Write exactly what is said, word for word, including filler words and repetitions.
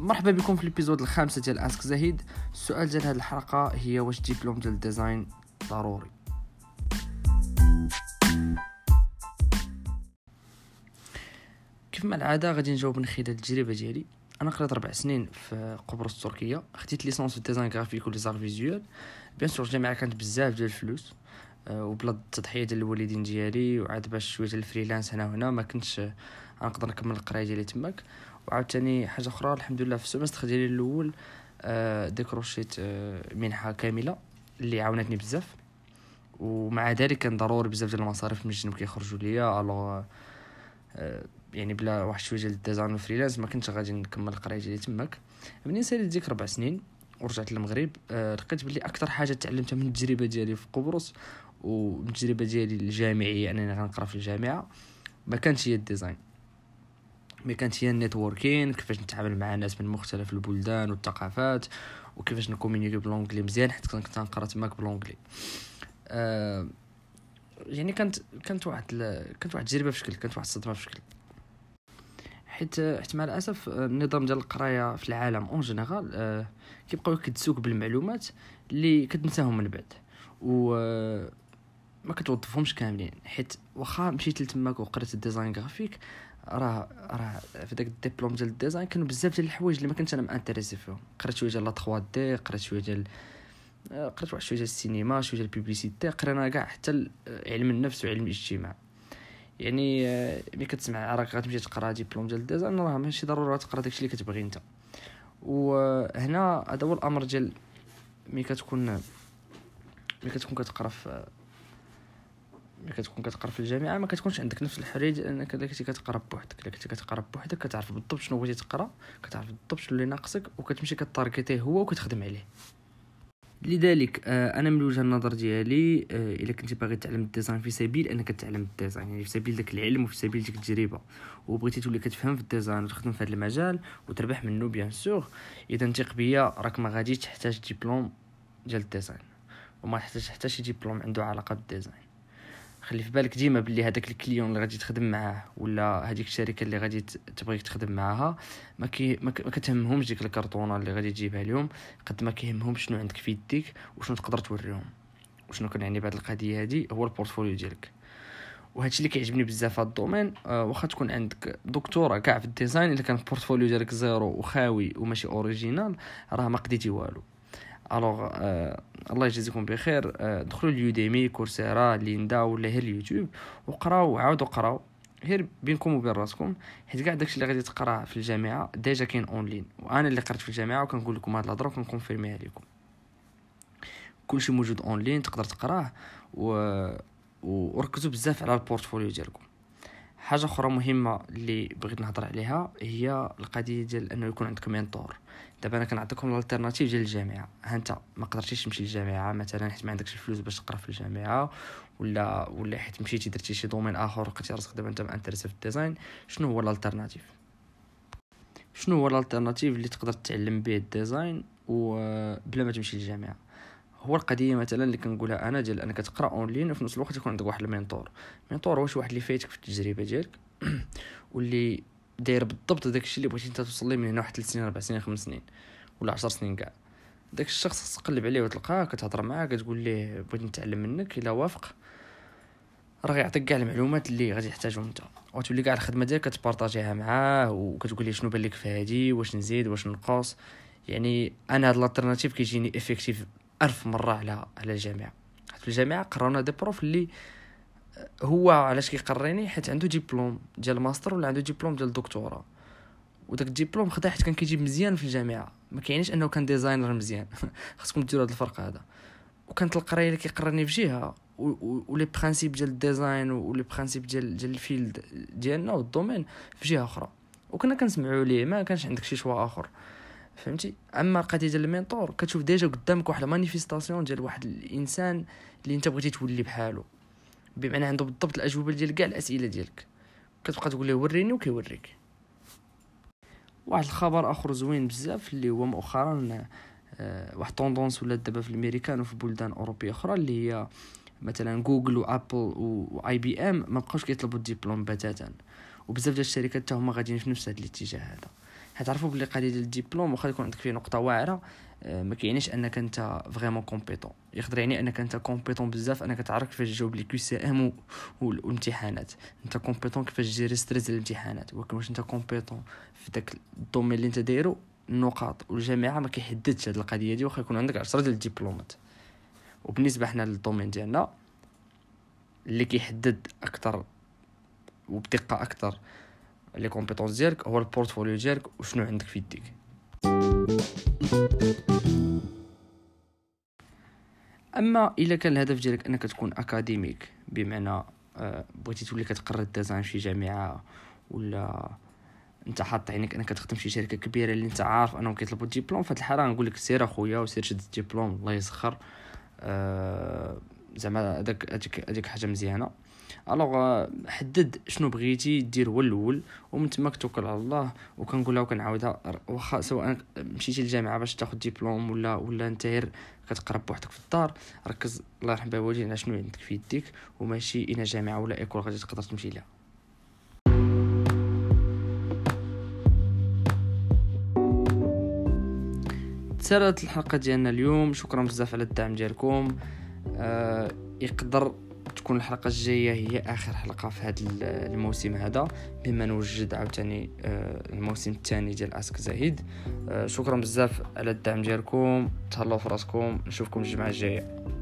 مرحبا بكم في الابيزود الخامسة ديال اسك زهيد. السؤال ديال هذه الحلقة هي واش ديبلوم ديال الديزاين ضروري؟ كيف ما العادة غادي نجاوب من خلال التجربة ديالي. انا قريت ربع سنين في قبرص التركية، خديت ليسونس في الديزاين غرافيك وليزار فيزيوال. بيان سور الجامعة كانت بزاف ديال الفلوس وبلا التضحية ديال الوالدين ديالي، وعاد باش شويه ديال الفريلانس هنا وهنا ما كنتش غنقدر نكمل القرايه ديالي تماك. وعاوتاني حاجه اخرى، الحمد لله في السيمستر ديالي الاول آه ديكروشيت آه منحه كامله اللي عاونتني بزاف، ومع ذلك كان ضروري بزاف ديال المصاريف من الجنب كيخرجوا ليا. الو آه يعني بلا واحد شويه ديال الديزاين والفريلانس ما كنتش غادي نكمل القرايه ديالي تماك. منين ساليت ديك ربع سنين ورجعت للمغرب، آه لقيت بلي اكثر حاجه تعلمتها من التجربه ديالي في قبرص ومن التجربه ديالي الجامعيه انني غنقرا في الجامعه ما كانش هي الديزاين، ما كانت هي النيتوركين، كيفاش نتعامل مع ناس من مختلف البلدان والثقافات، وكيفاش نكومونيكي بالانجلي مزيان حيت كنت نقرا تماك بالانجلي. آه يعني كانت كانت واحد ال... كانت واحد التجربه بشكل كانت واحد الصدمه بشكل، حيت حيت مع الاسف النظام ديال القرايه في العالم اون جينيرال آه كيبقاو يكدسوك بالمعلومات اللي كتنساهم من بعد و آه ما كتوظفهمش كاملين. حيت واخا مشيت لتماك وقريت الديزاين غرافيك، راه راه في داك الدبلوم ديال الديزاين كانوا بزاف ديال الحوايج اللي ما كنتش انا مانتريسي فيهم. قريت شويه ديال لا ثري دي، قريت شويه ديال قريت واحد شويه ديال السينما، شويه ديال البوبليسيتي، قرينا كاع حتى علم النفس وعلم الاجتماع. يعني ملي كتسمع راك غتمشي تقرا دبلوم ديال الديزاين راه ماشي ضروري تقرا داكشي اللي كتبغي انت. وهنا هذا هو الامر ديال ملي كتكون ملي كتكون كتقرا في ملي كتكون كتقرا في الجامعه ما كتكونش عندك نفس الحريه انك كنتي كتقرا بوحدك. الا كنتي كتقرا بوحدك كتعرف بالضبط شنو بغيتي تقرا، كتعرف بالضبط شنو اللي ناقصك وكتمشي كتارغيتيه هو وكتخدم عليه. لذلك آه انا من وجهه النظر ديالي آه الا كنتي باغي تعلم الديزاين في سبيل انك تتعلم الديزاين، يعني في سبيل داك العلم وفي سبيل ديك التجربه، وبغيتي تولي كتفهم في الديزاين وتخدم في هذا المجال وتربح منه بيان سور، اذا ثق بيا راك ما غاديش تحتاج دبلوم ديال الديزاين وما تحتاج حتى شي دبلوم عنده علاقه بالديزاين. خلي في بالك ديما بلي هذاك الكليون اللي غادي تخدم معاه ولا هذيك الشركه اللي غادي تبغيك تخدم معاها ما كي ما كتهمهمش ديك الكرتونه اللي غادي تجيبها لهم قد ما كيهمهم شنو عندك في يديك وشنو تقدر توريهم. وشنو كنعني بهذه القضيه هذه هو البورتفوليو ديالك. وهادشي اللي كيعجبني بزاف في هذا الدومين. أه واخا تكون عندك دكتوراه كاع في الديزاين، الا كان البورتفوليو ديالك زيرو وخاوي وماشي اوريجينال راه ما قديتي والو. الوغ آه الله يجزيكم بخير، آه دخلوا اليوديمي، كورسيرا، ليندا ولا غير اليوتيوب وقراو وعاودوا قراو غير بينكم وبين راسكم، حيت كاع داكشي اللي غادي تقرا في الجامعه ديجا كاين اونلاين. وانا اللي قريت في الجامعه وكنقول لكم هاد الهضره وكنكونفيرميها لكم، كلشي موجود اونلاين تقدر تقراه و... وركزوا بزاف على البورتفوليو ديالكم. حاجه اخرى مهمه اللي بغيت نهضر عليها هي القضيه ديال انه يكون عندك مينتور. دابا انا كنعطيكم الالتيرناتيف ديال الجامعه. ها انت ما قدرتيش تمشي للجامعه مثلا حيت ما عندكش الفلوس باش تقرا في الجامعه، ولا ولا حيت مشيتي درتي شي دومين اخر لقيتي راسك دابا انت مانتريسي في الديزاين. شنو هو الالتيرناتيف؟ شنو هو الالتيرناتيف اللي تقدر تتعلم به الديزاين وبلا ما تمشي للجامعه؟ هو القضيه مثلا اللي كنقولها انا ديال انك تقرا اونلاين وفي نفس الوقت يكون عندك واحد المينتور. المينتور هو شي واحد اللي فايتك في التجربه ديالك واللي داير بالضبط داكشي اللي بغيتي انت توصل ليه من هنا واحد ثلاث سنين اربع سنين خمس سنين ولا عشر سنين كاع. داك الشخص تقلب عليه وتلقاه كتهضر معاه كتقول ليه بغيت نتعلم منك، الا وافق راه غيعطيك كاع المعلومات اللي غادي تحتاجهم انت، وتولي كاع الخدمه ديالك كتبارطاجيها معاه وكتقول ليه شنو بان لك في هادي، واش نزيد واش نقص. يعني انا هاد الالتيرناتيف كيجيني افيكتيف ألف مره على على الجامعه. في الجامعه قراونا دي بروف اللي هو علاش كيقريني حيت عنده دبلوم ديال ماستر ولا عنده دبلوم ديال دكتوراه، وداك الدبلوم خدا حيت كان كيجيب مزيان في الجامعه. ما كاينش انه كان ديزاينر مزيان خاصكم ديروا هذا الفرق هذا. وكانت القرايه اللي كيقرني في جهه ولي برينسيپ ديال الديزاين ولي برينسيپ ديال ديال الفيلد ديالنا والدومين في جهه اخرى، وكنا كنسمعوا ليه. ما كانش عندك شي شوا اخر، فهمتي؟ اما القضيه ديال المينتور كتشوف ديجا قدامك واحد مانيفيستاسيون ديال واحد الانسان اللي انت بغيتي تولي بحاله، بمعنى عنده بالضبط الاجوبه ديال كاع الاسئله ديالك. كتبقى تقول له وريني وكيوريك. واحد الخبر اخر زوين بزاف اللي هو مؤخرا أه واحد طوندونس ولا دابا في الامريكان وفي بلدان اوروبيه اخرى اللي هي مثلا جوجل وابل واي بي ام ما بقاوش كيطلبوا الدبلوم بتاتا، وبزاف ديال الشركات حتى هما غاديين في نفس هذا الاتجاه هذا. هتعرفوا بلي قضيه ديال الدبلوم واخا يكون عندك فيه نقطه واعره ما كيعنيش انك انت فريمون كومبيتون. يقدر يعني انك انت كومبيتون بزاف، انك تعرف كيفاش تجاوب لي كيو سي ام والامتحانات، انت كومبيتون كيفاش تجيري ستريس الامتحانات. ولكن واش انت كومبيتون في داك الدومين اللي انت دايرو، النقاط والجامعه ما كيحددش هذه القضيه دي واخا يكون عندك عشرة ديال الدبلومات. وبالنسبه حنا للدومين ديالنا اللي كيحدد اكثر وبدقه اكثر لي كومبيتونس ديالك هو البورتفوليو ديالك وشنو عندك في يديك. اما الا كان الهدف ديالك انك تكون اكاديميك، بمعنى بغيتي تولي كتقرر الديزاين في جامعه، ولا انت حاط عينك انك تخدم في شي شركه كبيره اللي انت عارف انهم كيطلبوا الدبلوم، فهاد الحاله نقول لك سير اخويا وسير شد الدبلوم الله يسخر. أه زعما هذاك هذيك حاجه مزيانه. الوغ حدد شنو بغيتي دير هو الاول، ومن تما توكل على الله. وكنقولها وكنعاودها، واخا سواء مشيتي للجامعه باش تاخذ دبلوم ولا ولا انت غير كتقرا بوحدك في الدار، ركز الله يرحم بها والدينا شنو عندك في يديك، وماشي الى جامعه ولا ايكول غادي تقدر تمشي ليها. تسالات الحلقه ديالنا اليوم، شكرا بزاف على الدعم ديالكم. آه يقدر تكون الحلقه الجايه هي اخر حلقه في هذا الموسم هذا، بما نوجد عاوتاني آه الموسم الثاني ديال اسك زاهد. آه شكرا بزاف على الدعم ديالكم، تهلاو في راسكم، نشوفكم الجمعه الجايه.